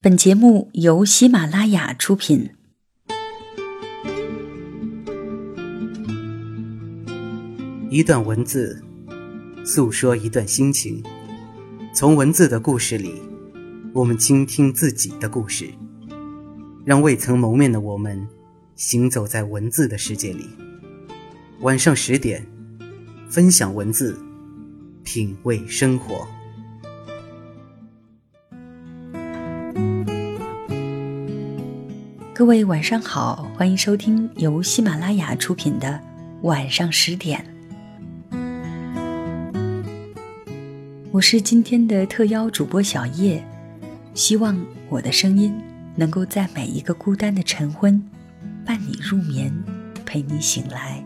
本节目由喜马拉雅出品。 一段文字，诉说一段心情。从文字的故事里，我们倾听自己的故事，让未曾谋面的我们行走在文字的世界里。晚上10点，分享文字，品味生活。 各位晚上好，欢迎收听由喜马拉雅出品的晚上10点。我是今天的特邀主播小叶，希望我的声音能够在每一个孤单的晨昏伴你入眠，陪你醒来。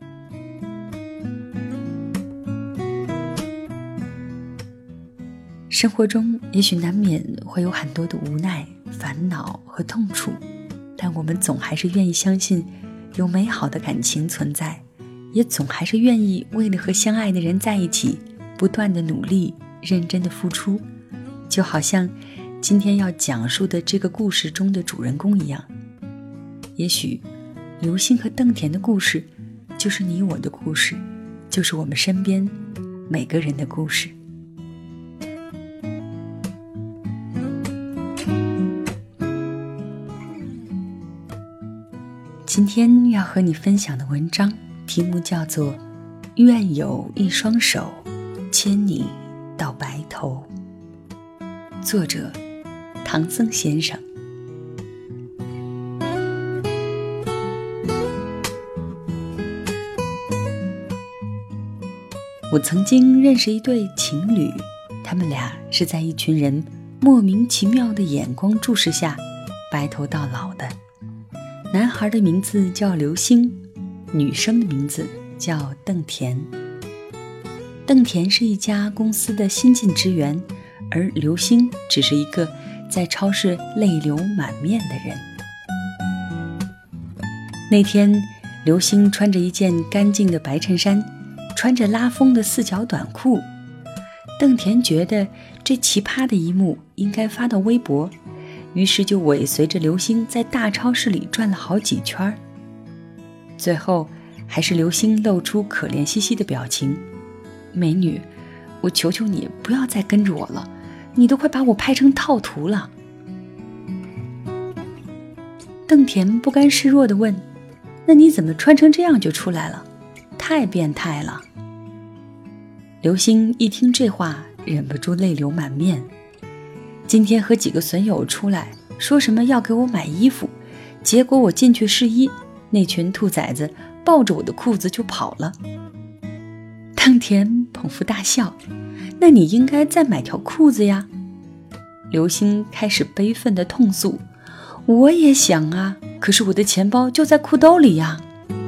生活中也许难免会有很多的无奈、烦恼和痛楚，但我们总还是愿意相信有美好的感情存在，也总还是愿意为了和相爱的人在一起，不断的努力，认真的付出。就好像今天要讲述的这个故事中的主人公一样，也许刘星和邓田的故事就是你我的故事，就是我们身边每个人的故事。今天要和你分享的文章题目叫做《愿有一双手牵你到白头》，作者唐僧先生。我曾经认识一对情侣，他们俩是在一群人莫名其妙的眼光注视下白头到老的。男孩的名字叫刘星，女生的名字叫邓田。邓田是一家公司的新进职员，而刘星只是一个在超市泪流满面的人。那天，刘星穿着一件干净的白衬衫，穿着拉风的4角短裤。邓田觉得这奇葩的一幕应该发到微博，于是就尾随着刘星在大超市里转了好几圈。最后还是刘星露出可怜兮兮的表情：美女，我求求你不要再跟着我了，你都快把我拍成套图了。邓田不甘示弱地问：那你怎么穿成这样就出来了？太变态了。刘星一听这话，忍不住泪流满面。今天和几个损友出来，说什么要给我买衣服，结果我进去试衣，那群兔崽子抱着我的裤子就跑了。邓田捧腹大笑：那你应该再买条裤子呀。刘星开始悲愤地痛诉：我也想啊，可是我的钱包就在裤兜里呀。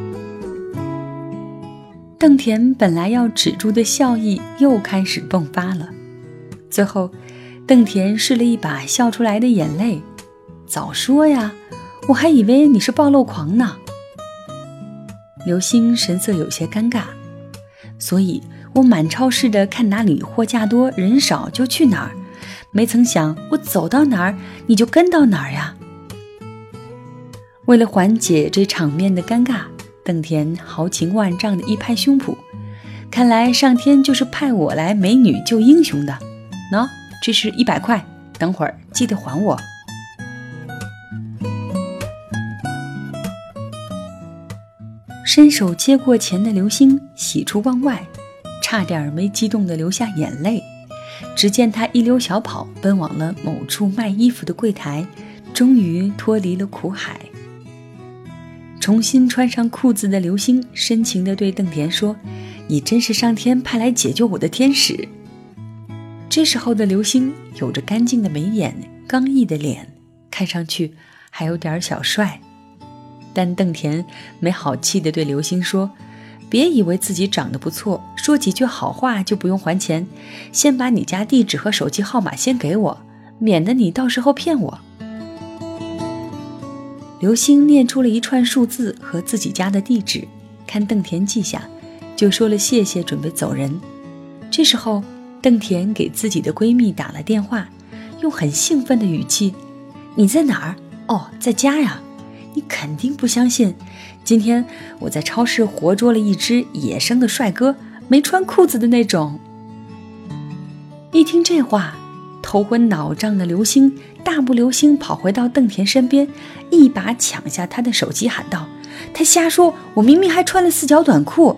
邓田本来要止住的笑意又开始迸发了，最后邓田试了一把笑出来的眼泪：早说呀，我还以为你是暴露狂呢。刘星神色有些尴尬：所以我满超市的看哪里货架多人少就去哪儿，没曾想我走到哪儿你就跟到哪儿呀。为了缓解这场面的尴尬，邓田豪情万丈的一拍胸脯：看来上天就是派我来美女救英雄的。喏，这是100块，等会儿记得还我。伸手接过钱的刘星喜出望外，差点没激动地流下眼泪。只见他一溜小跑奔往了某处卖衣服的柜台，终于脱离了苦海。重新穿上裤子的刘星深情地对邓田说：你真是上天派来解救我的天使。这时候的刘星有着干净的眉眼，刚毅的脸，看上去还有点小帅。但邓田没好气地对刘星说：别以为自己长得不错，说几句好话就不用还钱，先把你家地址和手机号码先给我，免得你到时候骗我。刘星念出了一串数字和自己家的地址，看邓田记下，就说了谢谢，准备走人。这时候邓田给自己的闺蜜打了电话，用很兴奋的语气： 你在哪儿？哦，在家呀。你肯定不相信，今天我在超市活捉了一只野生的帅哥，没穿裤子的那种。一听这话，头昏脑胀的刘星大步流星跑回到邓田身边，一把抢下他的手机，喊道：他瞎说，我明明还穿了4角短裤。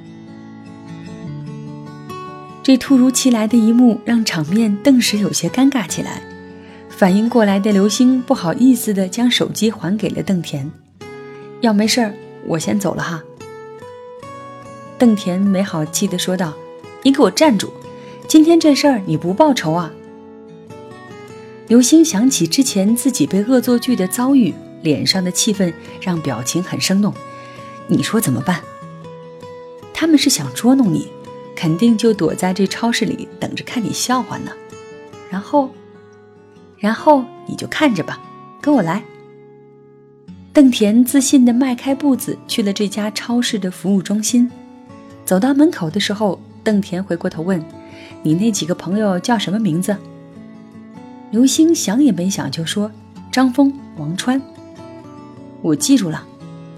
这突如其来的一幕让场面顿时有些尴尬起来。反应过来的刘星不好意思地将手机还给了邓田，要没事我先走了哈。邓田没好气地说道：你给我站住，今天这事儿你不报仇啊？刘星想起之前自己被恶作剧的遭遇，脸上的气愤让表情很生动。你说怎么办？他们是想捉弄你，肯定就躲在这超市里等着看你笑话呢。然后你就看着吧，跟我来。邓田自信地迈开步子去了这家超市的服务中心。走到门口的时候，邓田回过头问：你那几个朋友叫什么名字？刘星想也没想就说：张峰、王川。我记住了。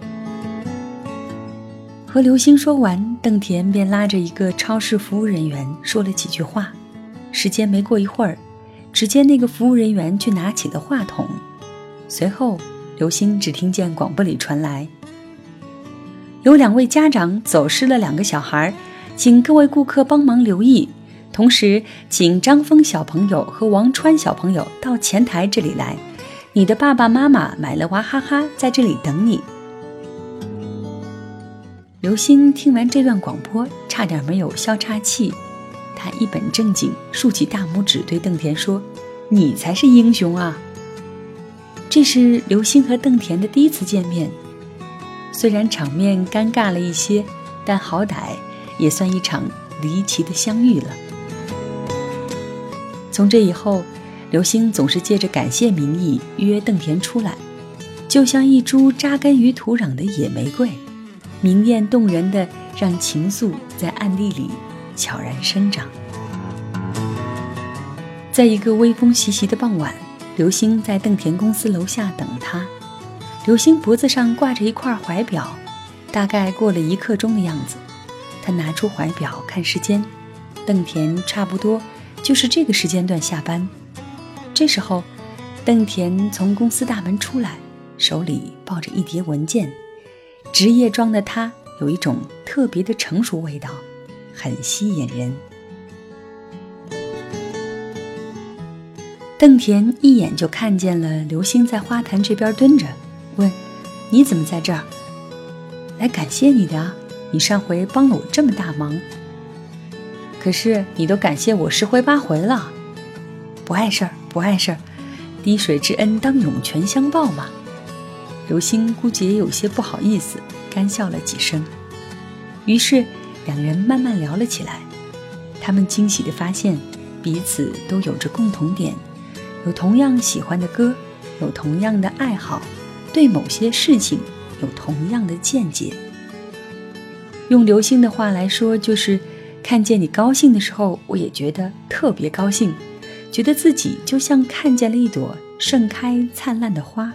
和刘星说完，邓田便拉着一个超市服务人员说了几句话。时间没过一会儿，只见那个服务人员去拿起了话筒，随后刘星只听见广播里传来：有2位家长走失了2个小孩，请各位顾客帮忙留意，同时请张峰小朋友和王川小朋友到前台这里来，你的爸爸妈妈买了娃哈哈在这里等你。刘星听完这段广播差点没有笑岔气，他一本正经竖起大拇指对邓田说：你才是英雄啊。这是刘星和邓田的第一次见面，虽然场面尴尬了一些，但好歹也算一场离奇的相遇了。从这以后，刘星总是借着感谢名义约邓田出来，就像一株扎根于土壤的野玫瑰，明艳动人的让情愫在暗地里悄然生长。在一个微风习习的傍晚，刘星在邓田公司楼下等他。刘星脖子上挂着一块怀表，大概过了1刻钟的样子。他拿出怀表看时间，邓田差不多就是这个时间段下班。这时候，邓田从公司大门出来，手里抱着一叠文件，职业装的他有一种特别的成熟味道，很吸引人。邓田一眼就看见了刘星在花坛这边蹲着，问：你怎么在这儿？来感谢你的啊，你上回帮了我这么大忙。可是你都感谢我10回8回了。不碍事儿，不碍事儿，滴水之恩当涌泉相报嘛。刘星估计也有些不好意思，干笑了几声。于是2人慢慢聊了起来。他们惊喜地发现彼此都有着共同点，有同样喜欢的歌，有同样的爱好，对某些事情有同样的见解。用刘星的话来说，就是看见你高兴的时候，我也觉得特别高兴，觉得自己就像看见了一朵盛开灿烂的花。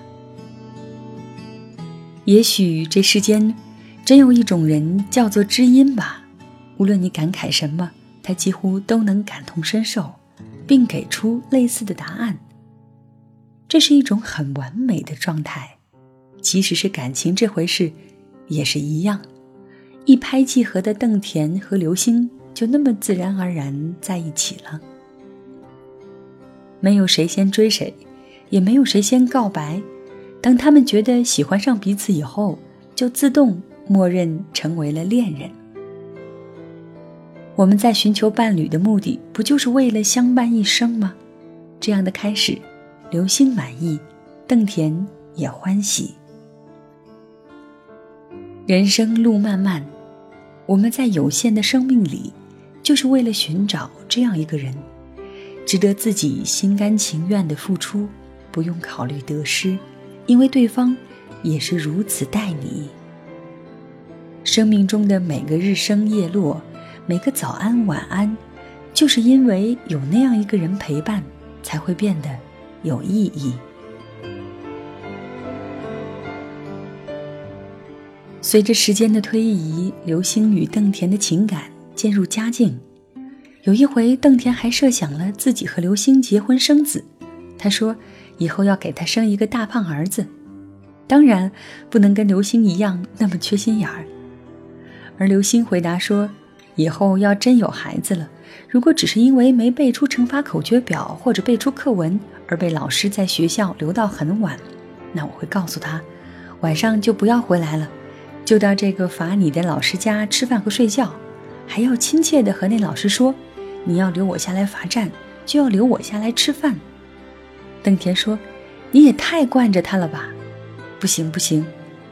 也许这世间真有一种人叫做知音吧，无论你感慨什么，他几乎都能感同身受，并给出类似的答案。这是一种很完美的状态，即使是感情这回事也是一样。一拍即合的邓田和刘星就那么自然而然在一起了。没有谁先追谁，也没有谁先告白，当他们觉得喜欢上彼此以后，就自动默认成为了恋人。我们在寻求伴侣的目的，不就是为了相伴一生吗？这样的开始，刘星满意，邓田也欢喜。人生路漫漫，我们在有限的生命里，就是为了寻找这样一个人，值得自己心甘情愿地付出，不用考虑得失，因为对方也是如此待你。生命中的每个日升夜落，每个早安晚安，就是因为有那样一个人陪伴，才会变得有意义。 随着时间的推移，刘星与邓田的情感渐入佳境。有一回，邓田还设想了自己和刘星结婚生子，他说以后要给他生一个大胖儿子，当然不能跟刘星一样那么缺心眼儿。而刘星回答说，以后要真有孩子了，如果只是因为没背出乘法口诀表或者背出课文而被老师在学校留到很晚，那我会告诉他，晚上就不要回来了，就到这个罚你的老师家吃饭和睡觉，还要亲切地和那老师说，你要留我下来罚站，就要留我下来吃饭。邓田说，你也太惯着他了吧。不行不行。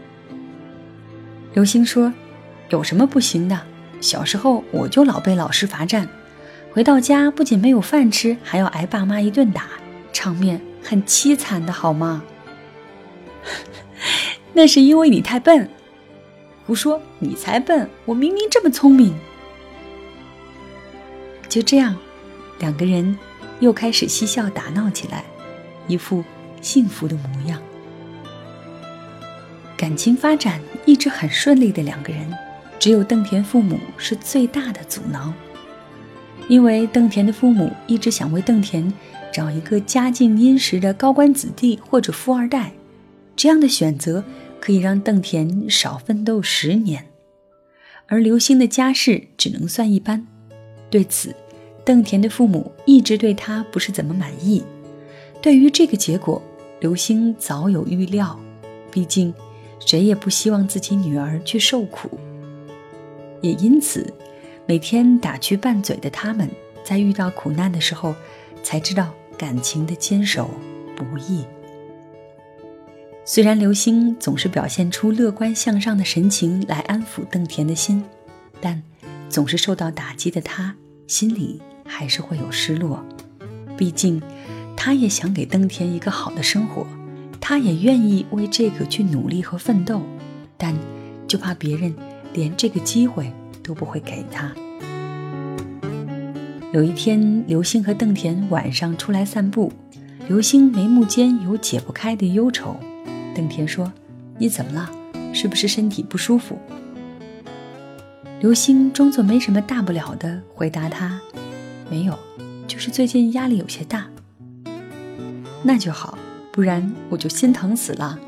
刘星说，有什么不行的，小时候我就老被老师罚站，回到家不仅没有饭吃，还要挨爸妈一顿打，场面很凄惨的好吗？那是因为你太笨。胡说，你才笨，我明明这么聪明。就这样，两个人又开始嬉笑打闹起来，一副幸福的模样。感情发展一直很顺利的两个人，只有邓田父母是最大的阻挠。因为邓田的父母一直想为邓田找一个家境殷实的高官子弟或者富二代，这样的选择可以让邓田少奋斗10年，而刘星的家世只能算一般。对此，邓田的父母一直对他不是怎么满意。对于这个结果，刘星早有预料，毕竟谁也不希望自己女儿去受苦。也因此，每天打趣拌嘴的他们，在遇到苦难的时候，才知道感情的坚守不易。虽然刘星总是表现出乐观向上的神情来安抚邓田的心，但总是受到打击的他心里还是会有失落。毕竟他也想给邓田一个好的生活，他也愿意为这个去努力和奋斗，但就怕别人连这个机会都不会给他。有一天，刘星和邓田晚上出来散步，刘星眉目间有解不开的忧愁。邓田说，你怎么了？是不是身体不舒服？刘星装作没什么大不了的回答他，没有，就是最近压力有些大。那就好，不然我就心疼死了。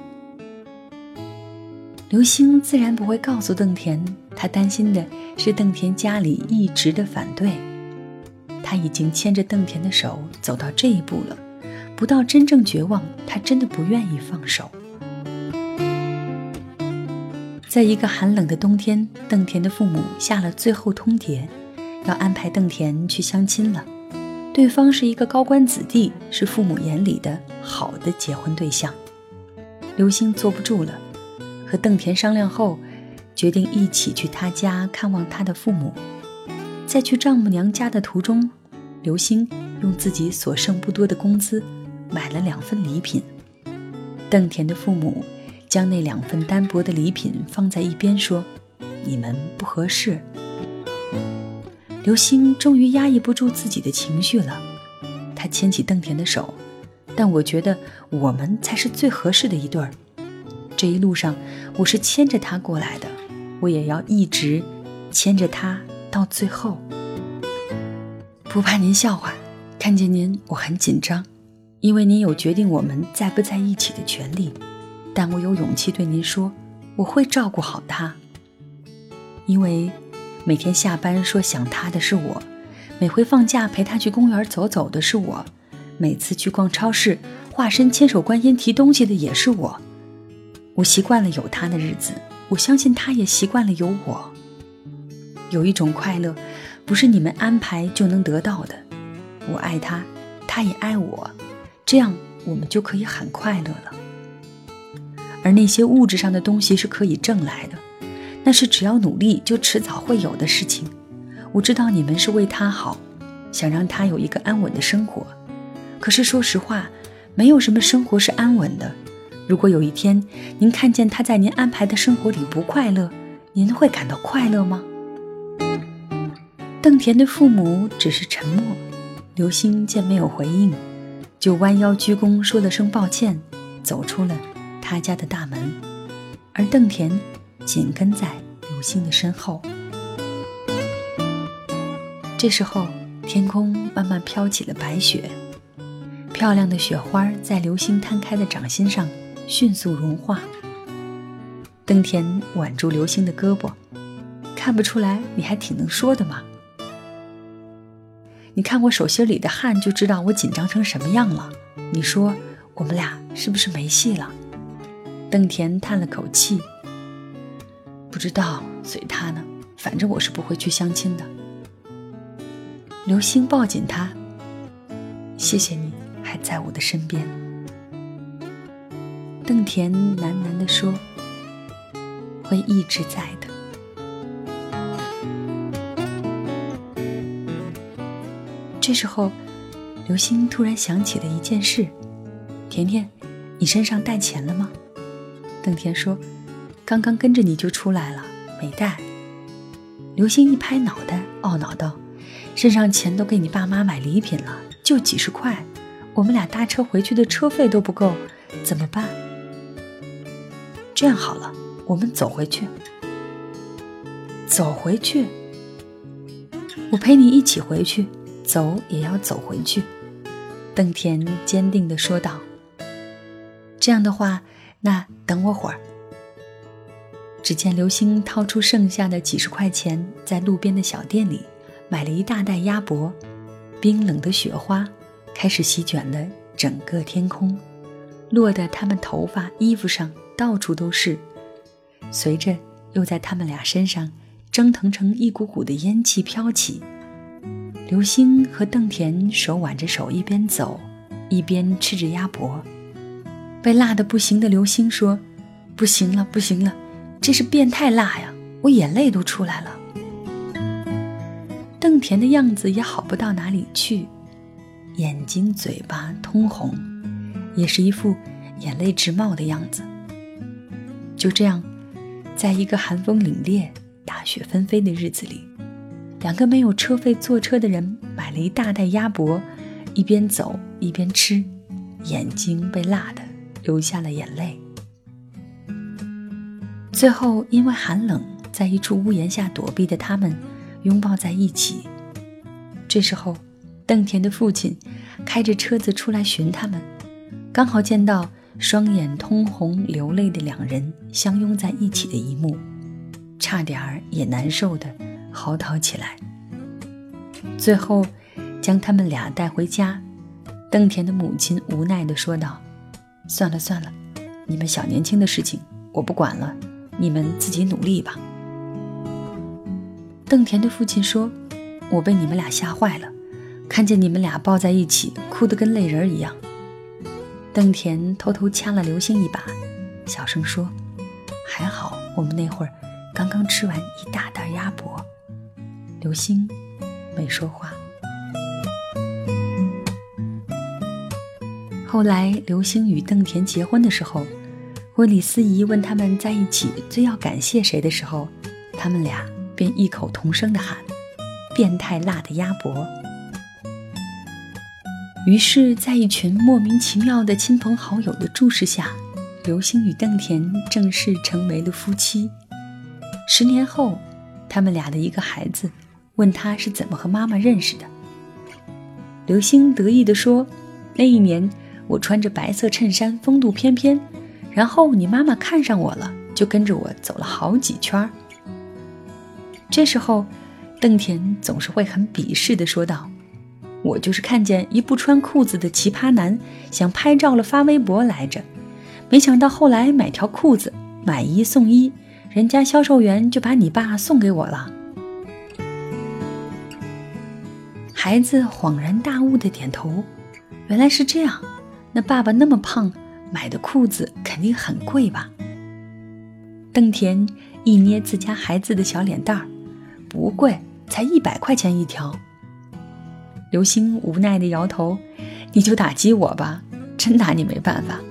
刘星自然不会告诉邓田，他担心的是邓田家里一直的反对。他已经牵着邓田的手走到这一步了，不到真正绝望，他真的不愿意放手。在一个寒冷的冬天，邓田的父母下了最后通牒，要安排邓田去相亲了。对方是一个高官子弟，是父母眼里的好的结婚对象。刘星坐不住了，和邓田商量后，决定一起去他家看望他的父母。在去丈母娘家的途中，刘星用自己所剩不多的工资买了2份礼品。邓田的父母将那2份单薄的礼品放在一边，说，你们不合适。刘星终于压抑不住自己的情绪了，他牵起邓田的手，但我觉得我们才是最合适的一对儿。这一路上我是牵着他过来的，我也要一直牵着他到最后。不怕您笑话，看见您我很紧张，因为您有决定我们在不在一起的权利，但我有勇气对您说，我会照顾好他。因为每天下班说想他的是我，每回放假陪他去公园走走的是我，每次去逛超市化身千手观音提东西的也是我。我习惯了有他的日子，我相信他也习惯了有我。有一种快乐不是你们安排就能得到的，我爱他，他也爱我，这样我们就可以很快乐了。而那些物质上的东西是可以挣来的，那是只要努力就迟早会有的事情。我知道你们是为他好，想让他有一个安稳的生活，可是说实话，没有什么生活是安稳的。如果有一天您看见他在您安排的生活里不快乐，您会感到快乐吗？邓田的父母只是沉默，刘星见没有回应，就弯腰鞠躬说了声抱歉，走出了他家的大门。而邓田紧跟在流星的身后。这时候天空慢慢飘起了白雪，漂亮的雪花在流星摊开的掌心上迅速融化。邓田挽住流星的胳膊，看不出来你还挺能说的嘛。你看我手心里的汗就知道我紧张成什么样了，你说我们俩是不是没戏了？邓田叹了口气，不知道，随他呢，反正我是不会去相亲的。流星抱紧他，谢谢你还在我的身边。邓田喃喃地说，会一直在的。这时候流星突然想起了一件事，甜甜，你身上带钱了吗？邓田说，刚刚跟着你就出来了，没带。流星一拍脑袋，懊恼道，身上钱都给你爸妈买礼品了，就几十块，我们俩搭车回去的车费都不够，怎么办？这样好了，我们走回去。走回去？我陪你一起回去，走也要走回去。邓田坚定地说道。这样的话，那等我会儿。只见流星掏出剩下的几十块钱，在路边的小店里买了一大袋鸭脖，冰冷的雪花开始席卷了整个天空，落得他们头发衣服上到处都是，随着又在他们俩身上蒸腾成一股股的烟气飘起。流星和邓田手挽着手，一边走一边吃着鸭脖。被辣得不行的流星说，不行了不行了，这是变态辣呀，我眼泪都出来了。邓田的样子也好不到哪里去，眼睛嘴巴通红，也是一副眼泪直冒的样子。就这样，在一个寒风凛冽大雪纷飞的日子里，两个没有车费坐车的人买了一大袋鸭脖，一边走一边吃，眼睛被辣得流下了眼泪。最后因为寒冷，在一处屋檐下躲避的他们拥抱在一起。这时候邓田的父亲开着车子出来寻他们，刚好见到双眼通红流泪的两人相拥在一起的一幕，差点也难受地嚎啕起来。最后将他们俩带回家，邓田的母亲无奈地说道，算了算了，你们小年轻的事情我不管了，你们自己努力吧。邓田的父亲说，我被你们俩吓坏了，看见你们俩抱在一起，哭得跟泪人一样。邓田偷偷掐了流星一把，小声说，还好我们那会儿刚刚吃完一大袋鸭脖。流星没说话。后来流星与邓田结婚的时候，婚礼司仪问他们在一起最要感谢谁的时候，他们俩便异口同声地喊，变态辣的鸭脖。于是在一群莫名其妙的亲朋好友的注视下，流星与邓田正式成为了夫妻。10年后，他们俩的一个孩子问他是怎么和妈妈认识的。流星得意地说，那一年我穿着白色衬衫，风度翩翩，然后你妈妈看上我了，就跟着我走了好几圈。这时候邓田总是会很鄙视地说道，我就是看见一不穿裤子的奇葩男，想拍照了发微博来着，没想到后来买条裤子买1送1，人家销售员就把你爸送给我了。孩子恍然大悟地点头，原来是这样，那爸爸那么胖，买的裤子肯定很贵吧。邓田一捏自家孩子的小脸蛋儿，不贵，才100块钱一条。流星无奈地摇头，你就打击我吧，真拿你没办法。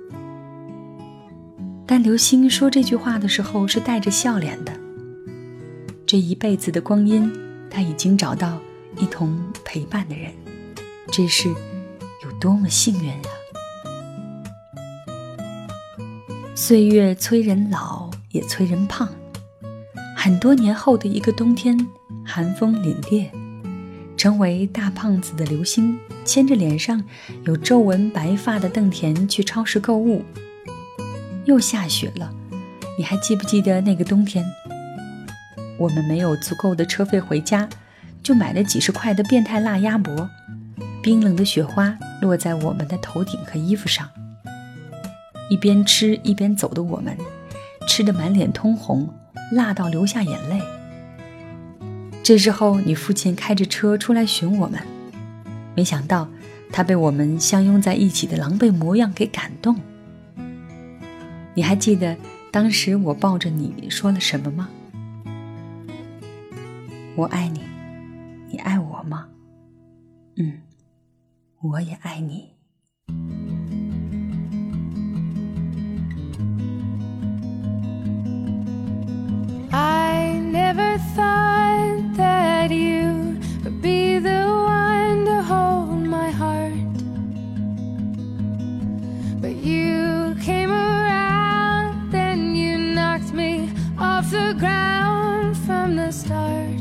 但流星说这句话的时候是带着笑脸的，这一辈子的光阴，他已经找到一同陪伴的人，这是有多么幸运啊！岁月催人老， 也催人胖。很多年后的一个冬天，寒风凛冽，成为大胖子的刘星牵着脸上有皱纹白发的邓田去超市购物。又下雪了，你还记不记得那个冬天？我们没有足够的车费回家，就买了几十块的变态辣鸭脖，冰冷的雪花落在我们的头顶和衣服上。一边吃一边走的我们，吃得满脸通红，辣到流下眼泪。这时候你父亲开着车出来寻我们，没想到他被我们相拥在一起的狼狈模样给感动。你还记得当时我抱着你说了什么吗？我爱你，你爱我吗？我也爱你。 I never thought that you would be the one to hold my heart, but you came around, then you knocked me off the ground from the start.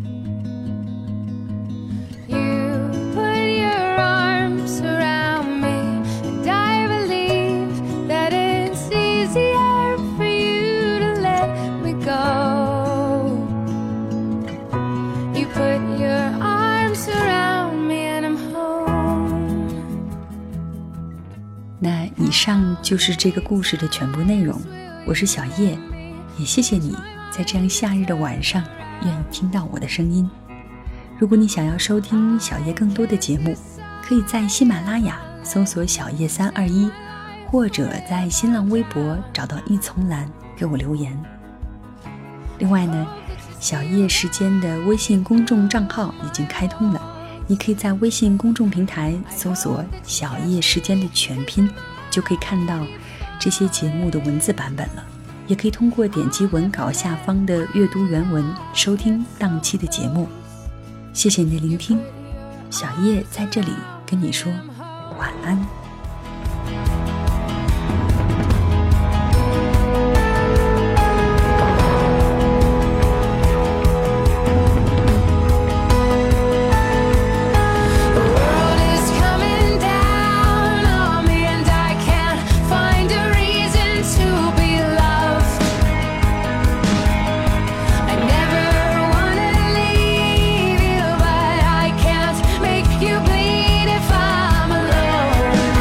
You put your arms around me, and I believe that it's easier for you to let me go. You put your arms around me and I'm home. 那以上就是这个故事的全部内容。我是小叶，也谢谢你在这样夏日的晚上愿意听到我的声音。如果你想要收听小叶更多的节目，可以在喜马拉雅搜索小叶321，或者在新浪微博找到一丛蓝给我留言。另外呢，小叶时间的微信公众账号已经开通了，你可以在微信公众平台搜索小叶时间的全拼，就可以看到这些节目的文字版本了。也可以通过点击文稿下方的阅读原文收听当期的节目。谢谢你的聆听，小叶在这里跟你说晚安。 You bleed if I'm alone.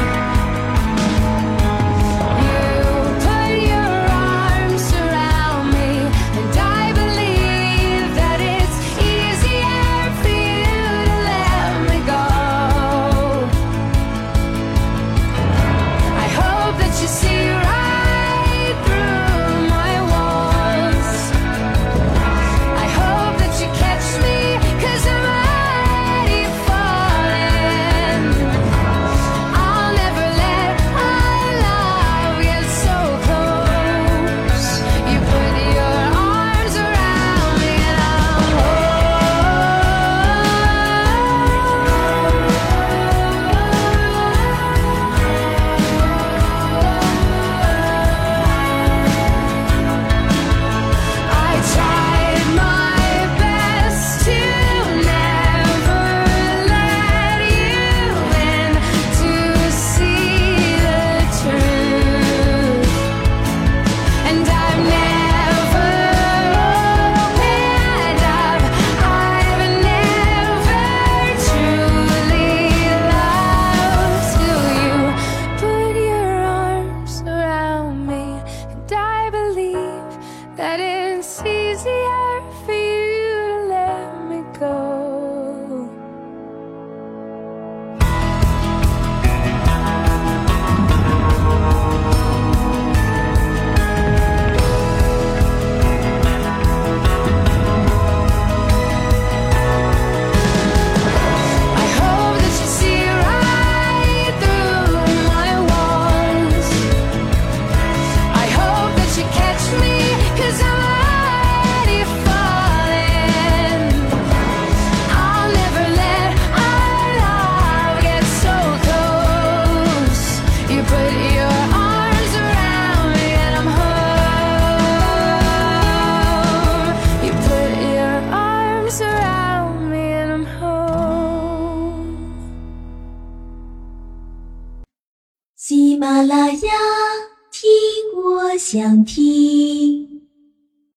喜马拉雅，听我想听。